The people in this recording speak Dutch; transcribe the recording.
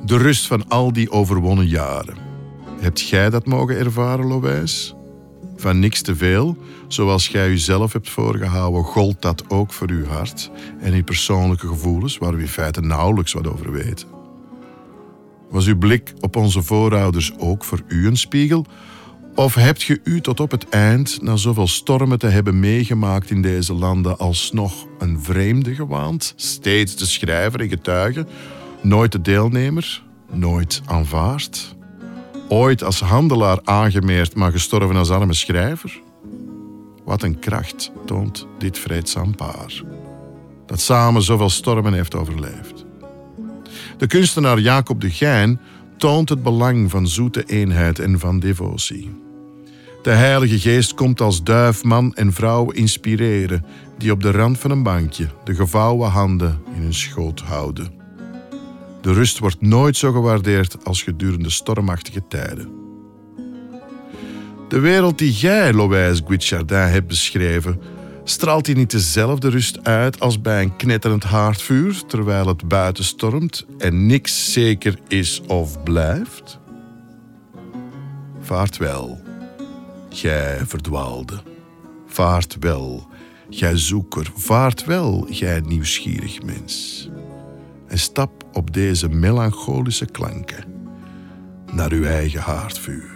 De rust van al die overwonnen jaren. Hebt gij dat mogen ervaren, Louwijs? Van niks te veel, zoals gij uzelf hebt voorgehouden, gold dat ook voor uw hart en uw persoonlijke gevoelens, waar we in feite nauwelijks wat over weten. Was uw blik op onze voorouders ook voor u een spiegel? Of hebt ge u tot op het eind, na zoveel stormen te hebben meegemaakt in deze landen, alsnog een vreemde gewaand, steeds de schrijver en getuige, nooit de deelnemer, nooit aanvaard? Ooit als handelaar aangemeerd, maar gestorven als arme schrijver? Wat een kracht toont dit vreedzaam paar, dat samen zoveel stormen heeft overleefd. De kunstenaar Jacob de Geijn toont het belang van zoete eenheid en van devotie. De Heilige Geest komt als duif man en vrouw inspireren, die op de rand van een bankje de gevouwen handen in hun schoot houden. De rust wordt nooit zo gewaardeerd als gedurende stormachtige tijden. De wereld die jij, Louwijs Guichardin, hebt beschreven, straalt die niet dezelfde rust uit als bij een knetterend haardvuur, terwijl het buiten stormt en niks zeker is of blijft? Vaart wel, gij verdwaalde. Vaart wel, gij zoeker. Vaart wel, gij nieuwsgierig mens. En stap op deze melancholische klanken naar uw eigen haardvuur.